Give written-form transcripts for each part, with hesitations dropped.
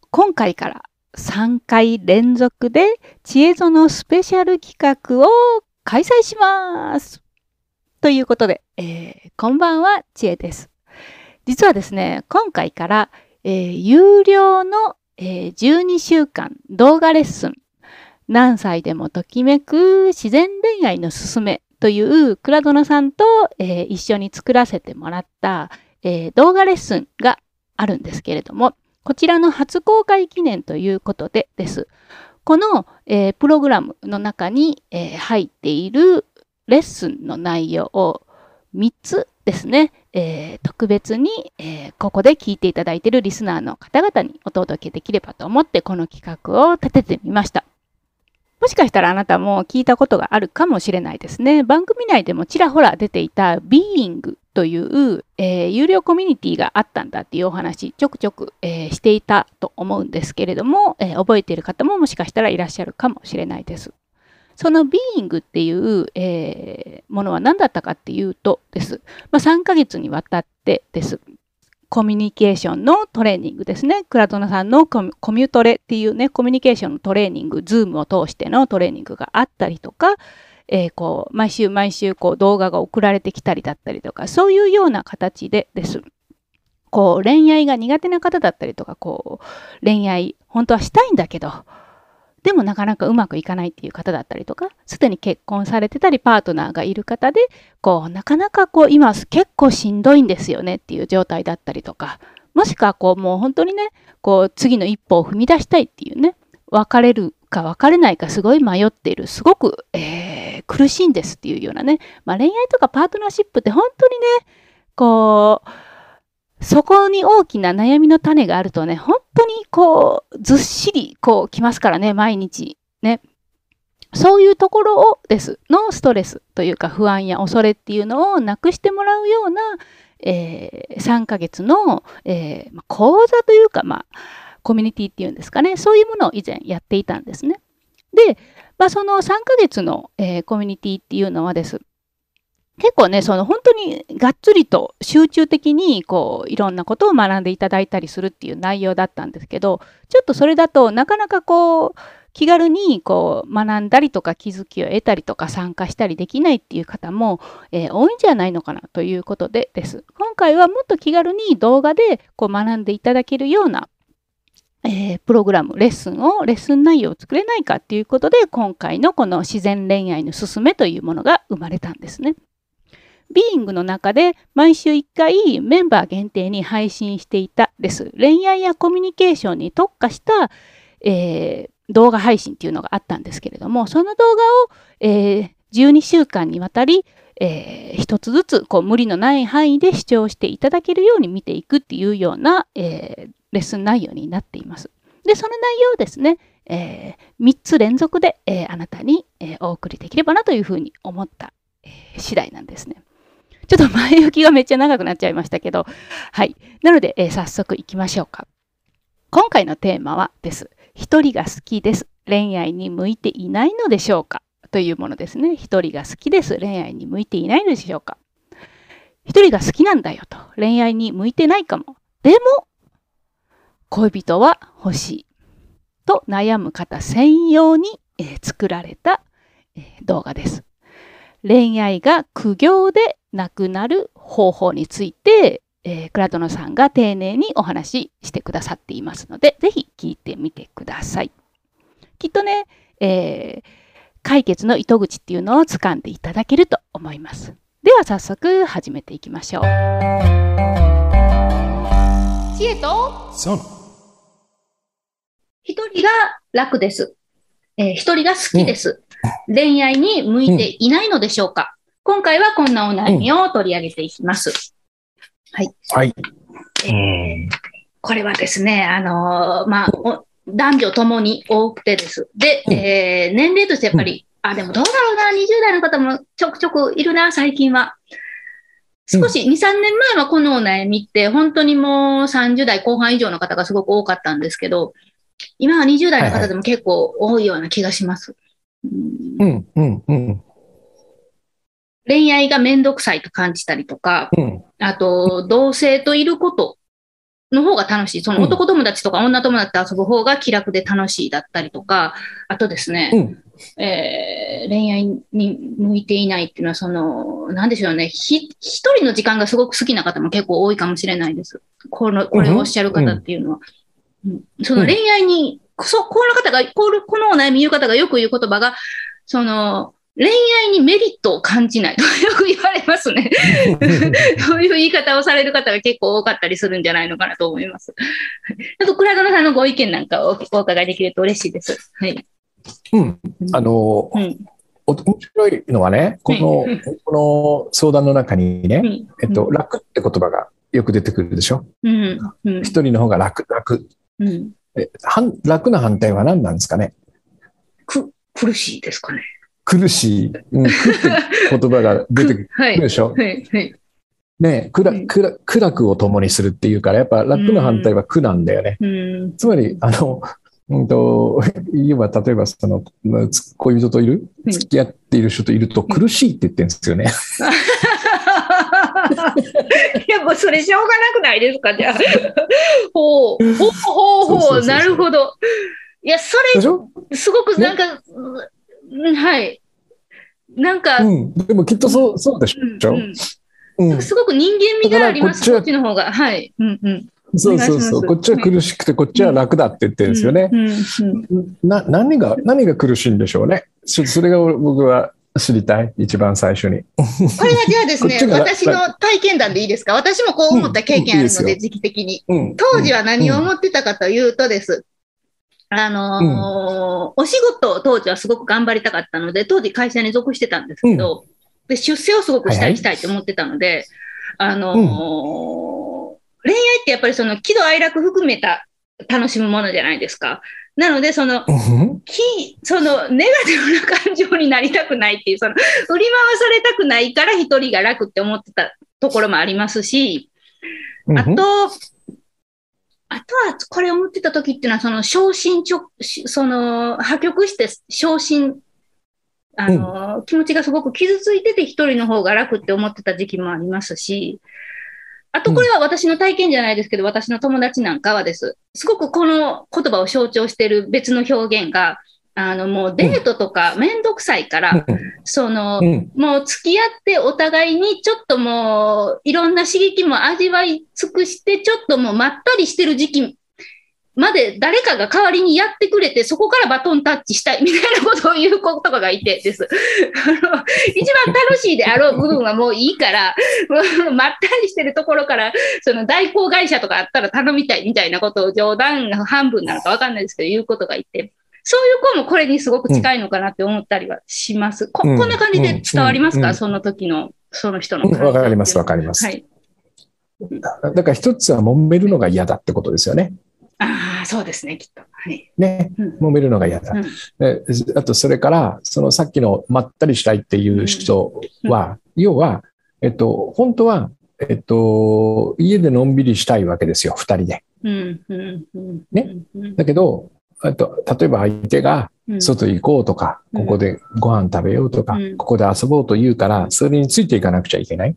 今回から3回連続で知恵園スペシャル企画を開催します。ということで、こんばんは、知恵です。実はですね、今回から、有料の、12週間動画レッスン、何歳でもときめく自然恋愛のすすめという倉園さんと、一緒に作らせてもらった、動画レッスンがあるんですけれども、こちらの初公開記念ということでです。この、プログラムの中に、入っているレッスンの内容を3つですね、特別に、ここで聞いていただいているリスナーの方々にお届けできればと思ってこの企画を立ててみました。もしかしたらあなたも聞いたことがあるかもしれないですね。番組内でもちらほら出ていた Being という、有料コミュニティがあったんだっていうお話ちょくちょく、していたと思うんですけれども、覚えている方ももしかしたらいらっしゃるかもしれないです。その Being っていう、ものは何だったかっていうとです。3ヶ月にわたってです。コミュニケーションのトレーニングですね。倉園さんのコミュトレっていうね、コミュニケーションのトレーニング、Zoom を通してのトレーニングがあったりとか、毎週毎週動画が送られてきたりだったりとか、そういうような形でです。恋愛が苦手な方だったりとか、恋愛、本当はしたいんだけど、でもなかなかうまくいかないっていう方だったりとか、すでに結婚されてたりパートナーがいる方で、なかなか今結構しんどいんですよねっていう状態だったりとか、もしくはもう本当にね、次の一歩を踏み出したいっていうね、別れるか別れないかすごい迷っている、すごく、苦しいんですっていうようなね、恋愛とかパートナーシップって本当にね、そこに大きな悩みの種があるとね、本当にずっしりきますからね、毎日ね。そういうところをですのストレスというか不安や恐れっていうのをなくしてもらうような、3ヶ月の、講座というか、コミュニティっていうんですかね、そういうものを以前やっていたんですね。で、その3ヶ月の、コミュニティっていうのはです。結構ね、本当にがっつりと集中的にいろんなことを学んでいただいたりするっていう内容だったんですけど、ちょっとそれだとなかなか気軽に学んだりとか気づきを得たりとか参加したりできないっていう方も、多いんじゃないのかなということでです。今回はもっと気軽に動画で学んでいただけるようなプログラム、レッスン内容を作れないかっていうことで、今回のこの自然恋愛のすすめというものが生まれたんですね。ビーイングの中で毎週1回メンバー限定に配信していたです。恋愛やコミュニケーションに特化した、動画配信っていうのがあったんですけれども、その動画を、12週間にわたり、一つずつ無理のない範囲で視聴していただけるように見ていくっていうような、レッスン内容になっています。で、その内容をですね、3つ連続で、あなたに、お送りできればなというふうに思った、次第なんですね。ちょっと前置きがめっちゃ長くなっちゃいましたけど、はい。なので、早速いきましょうか。今回のテーマはです。一人が好きです。恋愛に向いていないのでしょうかというものですね。一人が好きです。恋愛に向いていないのでしょうか。一人が好きなんだよと。恋愛に向いてないかも。でも、恋人は欲しい。と悩む方専用に、作られた、動画です。恋愛が苦行でなくなる方法について、倉園さんが丁寧にお話ししてくださっていますので、ぜひ聞いてみてください。きっとね、解決の糸口っていうのを掴んでいただけると思います。では早速始めていきましょう。知恵と一人が楽です。一人が好きです。恋愛に向いていないのでしょうか。今回はこんなお悩みを取り上げていきます。はい。 はい。 これはですね、男女ともに多くてです。で、年齢としてやっぱり、でもどうだろうな、20代の方もちょくちょくいるな、最近は。少し、2、3年前はこのお悩みって、本当にもう30代後半以上の方がすごく多かったんですけど、今は20代の方でも結構多いような気がします。恋愛がめんどくさいと感じたりとか、あと、同性といることの方が楽しい。その男友達とか女友達と遊ぶ方が気楽で楽しいだったりとか、あとですね、恋愛に向いていないっていうのは、なんでしょうね、一人の時間がすごく好きな方も結構多いかもしれないです。これをおっしゃる方っていうのは。その恋愛に、この方が、このお悩み言う方がよく言う言葉が、恋愛にメリットを感じないとよく言われますね。そういう言い方をされる方が結構多かったりするんじゃないのかなと思います。あと、倉園さんのご意見なんかをお伺いできると嬉しいです。はい。 面白いのはね、この相談の中にね、楽って言葉がよく出てくるでしょ。一人の方が楽。楽な反対は何なんですかね。 苦しいですかね。 苦しい。苦って言葉が出てくるでしょ。ね、苦楽を共にするっていうから、やっぱ楽の反対は苦なんだよね。つまり、言えば、例えば、恋人といる、付き合っている人といると苦しいって言ってるんですよね。 いや、もうそれしょうがなくないですか、じゃあ。なるほど。いや、それ、すごくなんか、はい。なんか、 でもきっとそうでしょ。 すごく人間味があります、こっちの方が。はい。 そう。こっちは苦しくて、こっちは楽だって言ってるんですよね。何が苦しいんでしょうね。それが僕は知りたい、一番最初に。 これはじゃあですね、私の体験談でいいですか？私もこう思った経験あるので、時期的に。当時は何を思ってたかというとです。お仕事を当時はすごく頑張りたかったので、当時会社に属してたんですけど、で出世をすごくしたいと思ってたので、恋愛ってやっぱり喜怒哀楽含めた楽しむものじゃないですか。なので、ネガティブな感情になりたくないっていう、振り回されたくないから一人が楽って思ってたところもありますし、あとはこれ思ってた時っていうのは、破局して昇進、気持ちがすごく傷ついてて一人の方が楽って思ってた時期もありますし、あとこれは私の体験じゃないですけど、私の友達なんかはです。すごくこの言葉を象徴している別の表現が、もうデートとかめんどくさいから、もう付き合ってお互いにちょっともういろんな刺激も味わい尽くして、ちょっともうまったりしてる時期まで誰かが代わりにやってくれて、そこからバトンタッチしたいみたいなことを言う子とかがいてです。一番楽しいであろう部分はもういいから、まったりしてるところから、代行会社とかあったら頼みたいみたいなことを冗談半分なのか分かんないですけど、言うことがいて、そういう子もこれにすごく近いのかなって思ったりはします。こんな感じで伝わりますか？その時の、その人の感情。 わかります、わかります。はい。だから一つは揉めるのが嫌だってことですよね。 そうですね、きっと。はい。 ね、揉めるのが嫌だ。あと、それから、さっきのまったりしたいっていう人は、要は、本当は、家でのんびりしたいわけですよ、二人で。ね。だけど、例えば相手が、外行こうとか、ここでご飯食べようとか、ここで遊ぼうと言うから、それについていかなくちゃいけない。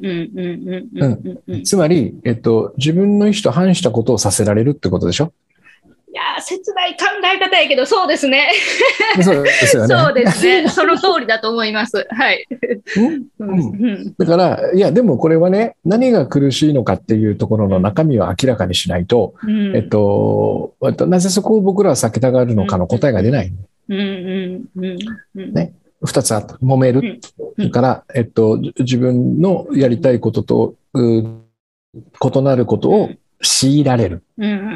つまり、自分の意思と反したことをさせられるってことでしょ。 いやー、切ない考え方やけど、そうですね。 そうですよね。 そうですね。その通りだと思います。はい。 だから、いや、でもこれはね、何が苦しいのかっていうところの中身を明らかにしないと、なぜそこを僕らは避けたがるのかの答えが出ない。ね。二つあった。揉める。それから、自分のやりたいことと、異なることを強いられる。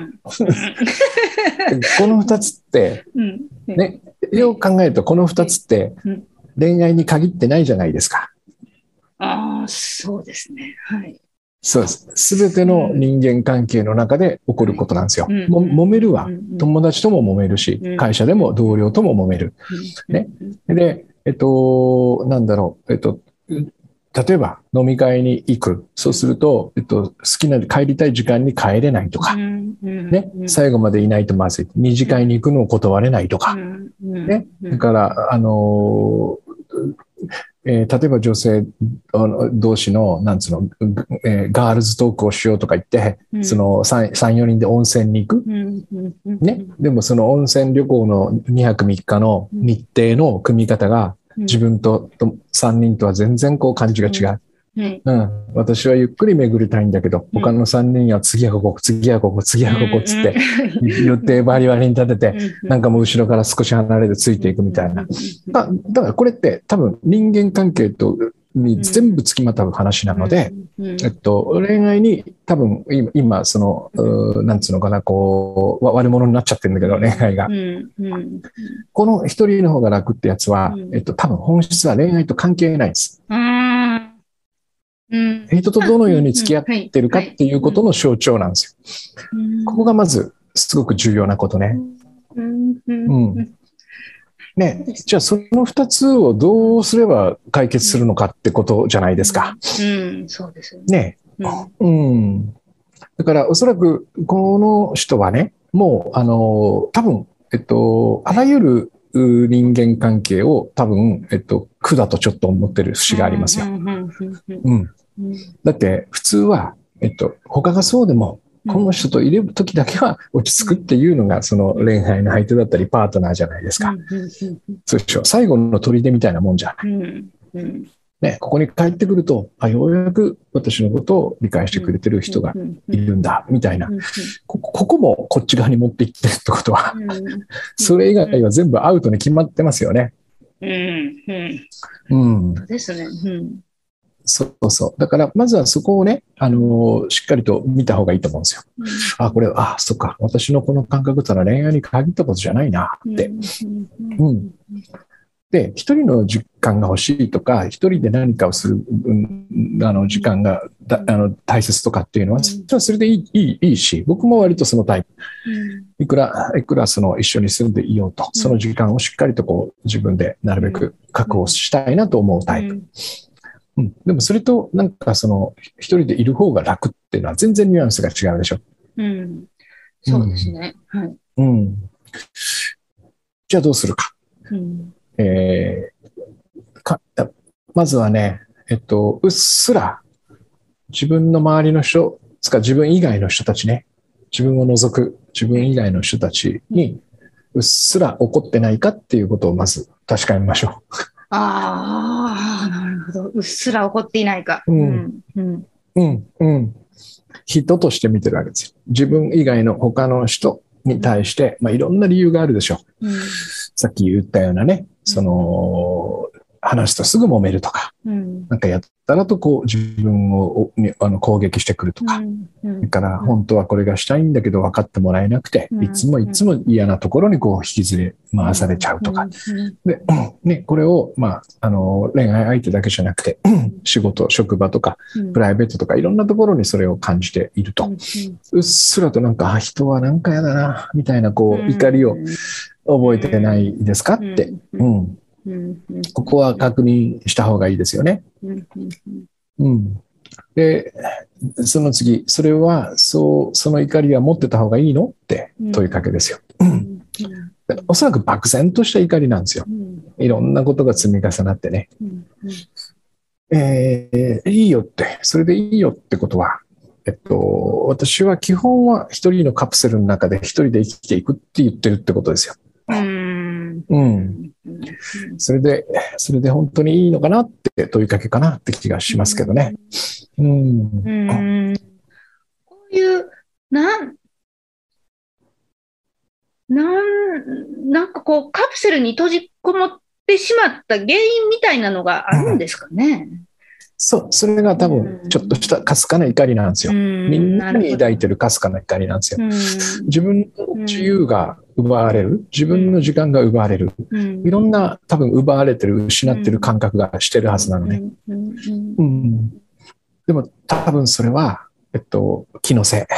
この二つって、ね、よく考えるとこの二つって恋愛に限ってないじゃないですか。 そうですね。はい。 そうです。すべての人間関係の中で起こることなんですよ。揉めるは友達とも揉めるし、会社でも同僚とも揉める。ね。で、なんだろう、例えば飲み会に行く。そうすると、好きな帰りたい時間に帰れないとか、ね。最後までいないとまずい。二次会に行くのを断れないとか、ね。だから、 例えば女性同士の、なんつうの、ガールズトークをしようとか言って、その3、4人で温泉に行く。ね。でもその温泉旅行の2泊3日の日程の組み方が、自分と3人とは全然こう感じが違う。私はゆっくり巡りたいんだけど、他の3人は次はここ、次はここ、次はここっつって、予定バリバリに立てて、なんかもう後ろから少し離れてついていくみたいな。だからこれって多分人間関係に全部つきまとう話なので、恋愛に多分今、なんつうのかな、こう、悪者になっちゃってるんだけど、恋愛が。この一人の方が楽ってやつは、多分本質は恋愛と関係ないです。人とどのように付き合ってるかっていうことの象徴なんですよ。ここがまずすごく重要なことね。ね、じゃあその2つをどうすれば解決するのかってことじゃないですか。 そうですよね。 だからおそらくこの人はね、もう多分あらゆる人間関係を多分苦だとちょっと思ってる節がありますよ。だって普通は他がそうでもこの人といる時だけは落ち着くっていうのがその恋愛の相手だったりパートナーじゃないですか。そうでしょ。最後の砦みたいなもんじゃない。ね、ここに帰ってくると、ようやく私のことを理解してくれてる人がいるんだみたいな、ここもこっち側に持っていってるってことは、それ以外は全部アウトに決まってますよね。 そうですね。 そうそう。だから、まずはそこをね、しっかりと見た方がいいと思うんですよ。これ、そっか、私のこの感覚ってのは恋愛に限ったことじゃないなって。で、一人の時間が欲しいとか、一人で何かをする、時間が大切とかっていうのは、それでいいし、僕も割とそのタイプ。いくら一緒に住んでいようと、その時間をしっかりとこう自分でなるべく確保したいなと思うタイプ。でもそれとなんか一人でいる方が楽っていうのは全然ニュアンスが違うでしょ。 そうですね。 じゃあどうするか。まずはね、うっすら自分の周りの人、自分以外の人たちね、自分を除く自分以外の人たちにうっすら怒ってないかっていうことをまず確かめましょう。 なるほど。うっすら怒っていないか。 人として見てるわけですよ。自分以外の他の人に対して、いろんな理由があるでしょう。さっき言ったようなね、話すとすぐ揉めるとか、なんかやったらとこう自分を攻撃してくるとか、だから本当はこれがしたいんだけど分かってもらえなくて、いつも嫌なところにこう引きずり回されちゃうとか。で、ね、これを、恋愛相手だけじゃなくて、仕事、職場とか、プライベートとかいろんなところにそれを感じていると、うっすらとなんか、人はなんか嫌だな、みたいなこう怒りを覚えてないですかって。ここは確認した方がいいですよね。で、その次、それはその怒りは持ってた方がいいのって問いかけですよ。おそらく漠然とした怒りなんですよ。いろんなことが積み重なってね。いいよって、それでいいよってことは、私は基本は一人のカプセルの中で一人で生きていくって言ってるってことですよ。それで本当にいいのかなって問いかけかなって気がしますけどね。こういうなんかこうカプセルに閉じこもってしまった原因みたいなのがあるんですかね。 それが多分ちょっとしたかすかな怒りなんですよ。みんなに抱いてるかすかな怒りなんですよ。自分の自由が奪われる、自分の時間が奪われる、いろんな多分奪われてる、失ってる感覚がしてるはずなのね。でも多分それは、気のせい。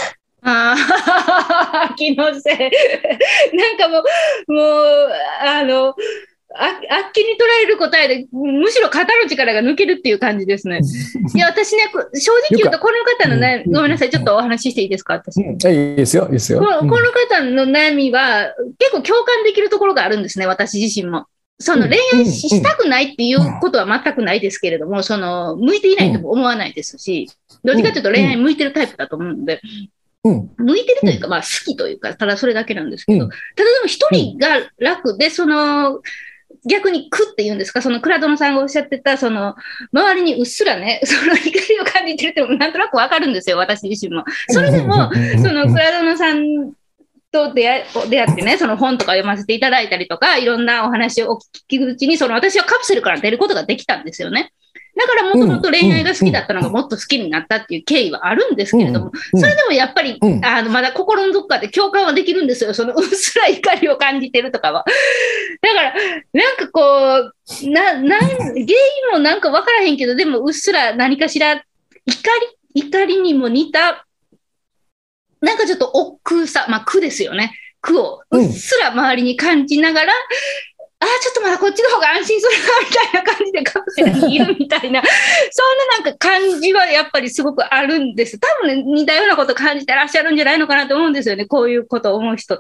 気のせい。なんかもう、あっけに取られる答えで、むしろ肩の力が抜けるっていう感じですね。いや、私ね、正直言うと、この方の悩み、ごめんなさい、ちょっとお話ししていいですか、私。いいですよ、いいですよ。 この方の悩みは、結構共感できるところがあるんですね、私自身も。 その恋愛したくないっていうことは全くないですけれども、向いていないとも思わないですし、どっちかというと恋愛向いてるタイプだと思うので、向いてるというか、まあ好きというか、ただそれだけなんですけど、ただでも一人が楽で、逆に苦っていうんですか、倉殿さんがおっしゃってた、周りにうっすらね、怒りを感じてるっていうのもなんとなくわかるんですよ、私自身も。それでも、倉殿さんと出会ってね、本とか読ませていただいたりとか、いろんなお話をお聞き口に、私はカプセルから出ることができたんですよね。だからもともと恋愛が好きだったのがもっと好きになったっていう経緯はあるんですけれども、それでもやっぱり、まだ心のどっかで共感はできるんですよ。うっすら怒りを感じてるとかは。だから、なんかこう、原因もなんかわからへんけど、でもうっすら何かしら怒りにも似た、なんかちょっと億劫さ、まあ苦ですよね。苦をうっすら周りに感じながら、ちょっとまだこっちの方が安心するなみたいな感じでカプセルにいるみたいな、そんななんか感じはやっぱりすごくあるんです。多分ね、似たようなこと感じてらっしゃるんじゃないのかなと思うんですよね、こういうことを思う人って。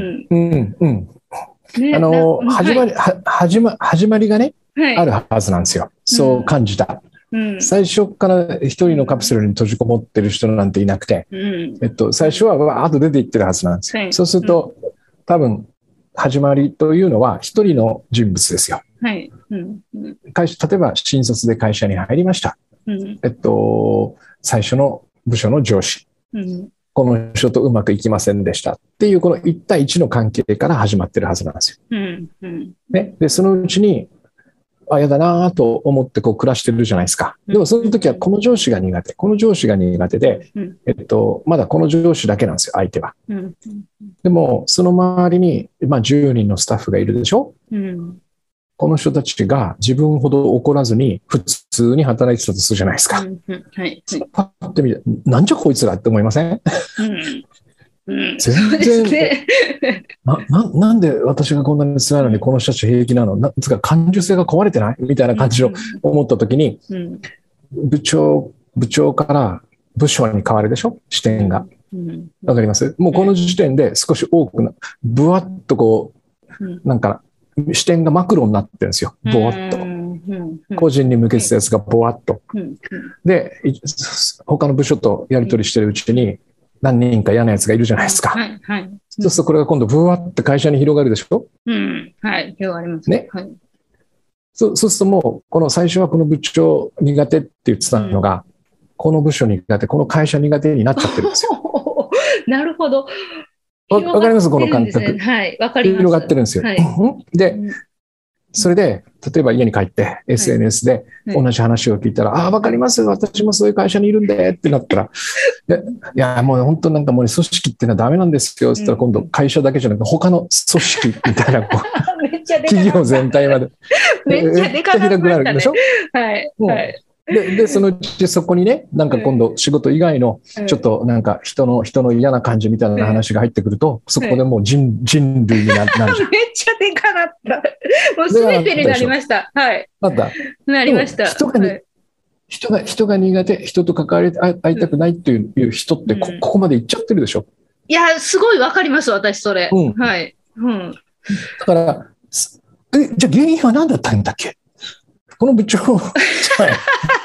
始まりがね、あるはずなんですよ。そう感じた。最初から一人のカプセルに閉じこもってる人なんていなくて、最初はわーっと出ていってるはずなんですよ。そうすると、多分、始まりというのは一人の人物ですよ。例えば新卒で会社に入りました。最初の部署の上司。この人とうまくいきませんでしたっていうこの1対1の関係から始まってるはずなんですよ。で、そのうちに、嫌だなと思ってこう暮らしてるじゃないですか。でもその時はこの上司が苦手。この上司が苦手で、まだこの上司だけなんですよ、相手は。でも、その周りに、10人のスタッフがいるでしょ。この人たちが自分ほど怒らずに普通に働いてたとするじゃないですか。パッて見て、なんじゃこいつらって思いません？全然、なんで私がこんなに辛いのにこの人たち平気なの？つか感受性が壊れてないみたいな感じを思ったときに、部長から部署に変わるでしょ？視点が。わかります？もうこの時点で少し多くぶわっとこう、なんか視点がマクロになってるんですよ。ぼわっと。個人に向けてたやつがぼわっと。で、他の部署とやり取りしてるうちに、何人か嫌なやつがいるじゃないですか。そうするとこれが今度ブワって会社に広がるでしょ。 広がりますね。 そうするともうこの最初はこの部長苦手って言ってたのが、この部署苦手、この会社苦手になっちゃってるんですよ。 なるほど。 わかります？この感覚。 わかります。 広がってるんですよ。で、それで、例えば家に帰って SNS で同じ話を聞いたら、わかります。私もそういう会社にいるんでってなったら、いや、もう本当なんかもう組織っていうのはダメなんですよって言ったら、今度会社だけじゃなくて他の組織みたいな、企業全体まで。 めっちゃでかくなるでしょ。 で、そのうちそこにね、なんか今度仕事以外のちょっとなんか人の嫌な感じみたいな話が入ってくると、そこでもう人類になるじゃん。 めっちゃでかなった。もう全てになりました。なりました。 人が苦手、人と関わり合いたくないっていう人ってここまで行っちゃってるでしょ。 いや、すごいわかります、私、それ。 だから、じゃあ原因は何だったんだっけ？この部長。めっちゃちっちゃい。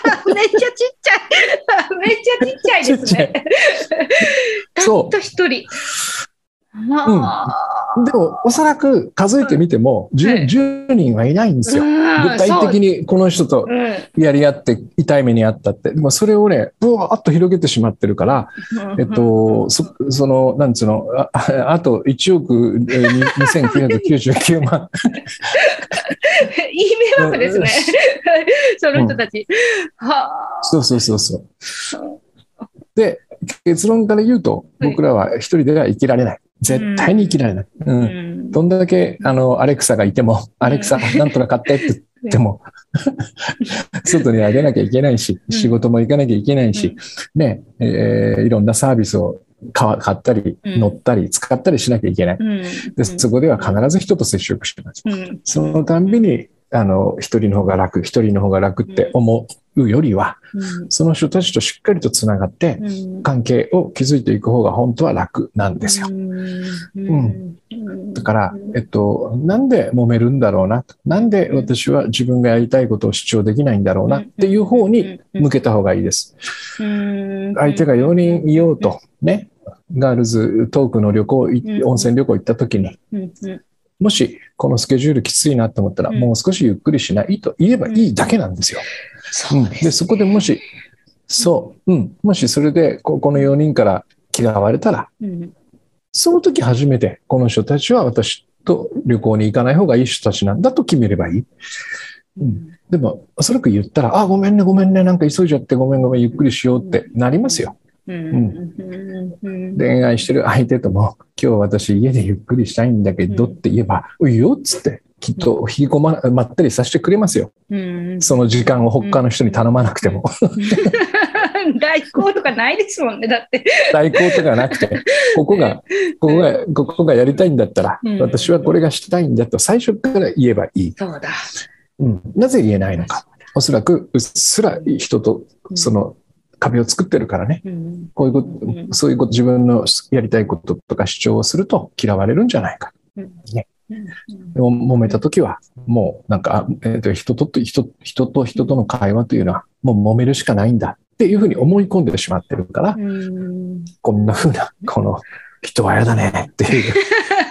めっちゃちっちゃいですね。たった一人。 でも、おそらく数えてみても 10人はいないんですよ。具体的にこの人とやり合って痛い目にあったって。でもそれをね、ぶわーっと広げてしまってるから、なんつうの、あと1億2999万。 いい迷惑ですね。その人たち。 そう。で、結論から言うと、僕らは一人では生きられない。絶対に生きられない。どんだけ、アレクサがいても、アレクサ、なんとか買ってって言っても、外には出なきゃいけないし、仕事も行かなきゃいけないし、ね、いろんなサービスを買ったり、乗ったり、使ったりしなきゃいけない。で、そこでは必ず人と接触してます。そのたんびに、一人の方が楽って思うよりは、 うんその人たちとしっかりとつながってうん関係を築いていく方が本当は楽なんですよ。だから、なんで揉めるんだろうな、なんで私は自分がやりたいことを主張できないんだろうなっていう方に向けた方がいいです。相手が4人いようと、ね、ガールズトークの旅行、温泉旅行行った時に、もしこのスケジュールきついなと思ったら、もう少しゆっくりしないと言えばいいだけなんですよ。でそこでもし、もしそれでこの4人から気が割れたら、その時初めてこの人たちは私と旅行に行かない方がいい人たちなんだと決めればいい。でもおそらく言ったら、ごめんねごめんね、なんか急いじゃってごめんごめん、ゆっくりしようってなりますよ。恋愛してる相手とも、今日私家でゆっくりしたいんだけどって言えば、いいよっつってきっと引き込まったりさせてくれますよ。その時間を他の人に頼まなくても。 代行とかないですもんね、だって。 代行とかなくて、ここがやりたいんだったら、私はこれがしたいんだと最初から言えばいい。 そうだ。 なぜ言えないのか。おそらくうっすら人とその壁を作ってるからね。こういうこと、そういうこと、自分のやりたいこととか主張をすると嫌われるんじゃないか。ね。でも揉めたときは、もうなんか、人と人との会話というのは、もう揉めるしかないんだっていうふうに思い込んでしまってるから、こんなふうな、この人は嫌だねっていう。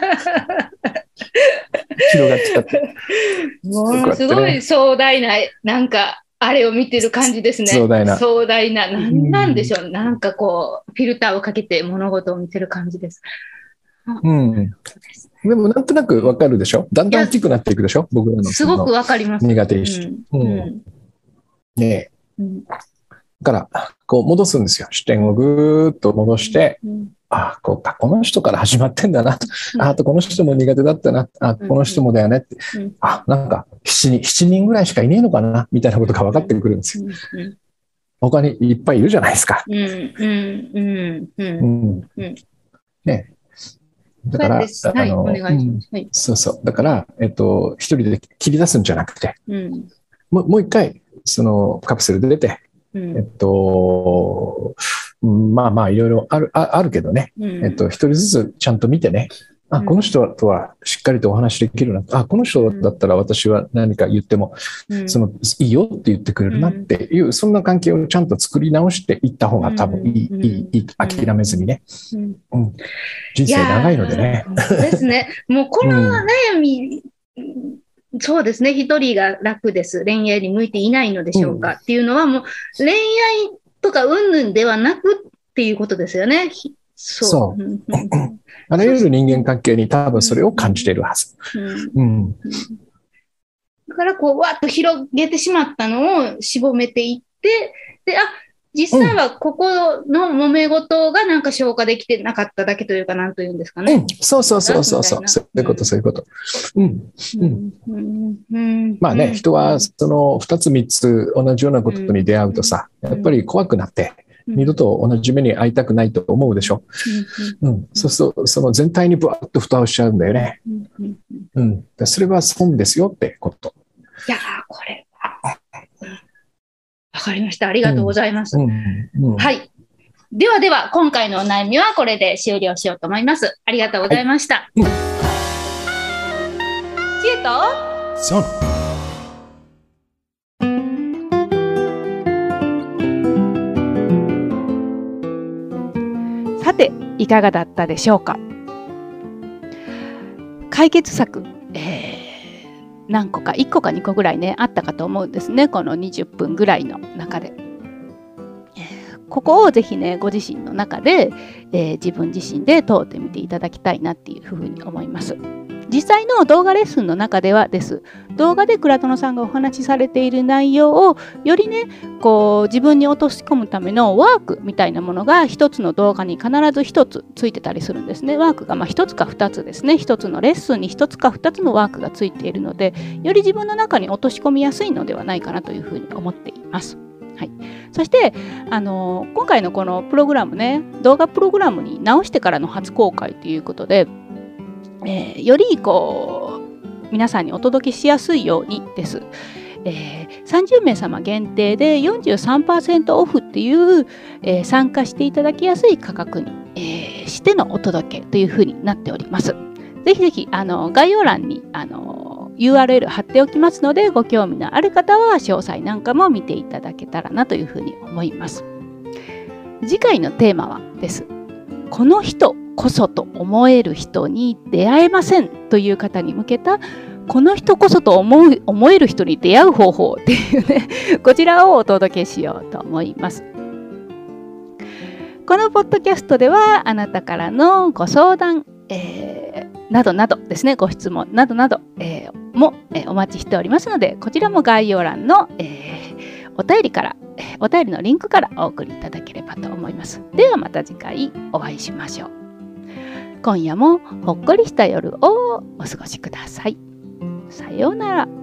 広がっちゃって。 ものすごい壮大な、なんか、あれを見てる感じですね。壮大な、なんでしょう。なんかこう、フィルターをかけて物事を見てる感じです。 でもなんとなくわかるでしょ。だんだん大きくなっていくでしょ。僕らのすごくわかります。 苦手意識。ねえ。だから、こう戻すんですよ。視点をぐーっと戻して、この人から始まってんだなと。あとこの人も苦手だったな。この人もだよねって。なんか7人ぐらいしかいねえのかなみたいなことが分かってくるんですよ。他にいっぱいいるじゃないですか。ね。だから、そうそう。だから、一人で切り出すんじゃなくて、もう一回、そのカプセルで出て、まあいろいろあるけどね、一人ずつちゃんと見てね、この人とはしっかりとお話できるな、この人だったら私は何か言っても、いいよって言ってくれるなっていう、そんな関係をちゃんと作り直していった方が多分いい、諦めずにね。人生長いのでね。 ですね。もうこの悩み、そうですね。一人が楽です。恋愛に向いていないのでしょうか、っていうのはもう恋愛とか云々ではなくっていうことですよね。 そう。あらゆる人間関係に多分それを感じているはず。 だからこうわっと広げてしまったのを絞めていって、で、実際はここの揉め事がなんか消化できてなかっただけというか、なんというんですかね。 そういうこと。まあね、人はその2つ3つ同じようなことに出会うとさ、やっぱり怖くなって、二度と同じ目に遭いたくないと思うでしょ。そうすると、その全体にブワッと蓋をしちゃうんだよね。それは損ですよってこと。 いやー、これは。わかりました。ありがとうございます。はい。では、今回のお悩みはこれで終了しようと思います。ありがとうございました。知恵とそう。 さて、いかがだったでしょうか。解決策、何個か1個か2個ぐらいねあったかと思うんですね、この20分ぐらいの中で。ここをぜひねご自身の中で、自分自身で問うてみていただきたいなっていうふうに思います。実際の動画レッスンの中では動画で倉殿さんがお話しされている内容をよりねこう自分に落とし込むためのワークみたいなものが一つの動画に必ず一つついてたりするんですね。ワークが一つか二つですね。一つのレッスンに一つか二つのワークがついているので、より自分の中に落とし込みやすいのではないかなというふうに思っています。はい、そして今回のこのプログラムね、動画プログラムに直してからの初公開ということで、よりこう皆さんにお届けしやすいようにです。 30名様限定で 43% オフっていう、参加していただきやすい価格に、してのお届けというふうになっております。ぜひぜひ概要欄にURL 貼っておきますので、ご興味のある方は詳細なんかも見ていただけたらなというふうに思います。次回のテーマはです。この人こそと思える人に出会えませんという方に向けた、この人こそと思える人に出会う方法っていうね、こちらをお届けしようと思います。このポッドキャストではあなたからのご相談、などなどですね、ご質問などなど、も、お待ちしておりますので、こちらも概要欄の、お便りのリンクからお送りいただければと思います。ではまた次回お会いしましょう。今夜もほっこりした夜をお過ごしください。さようなら。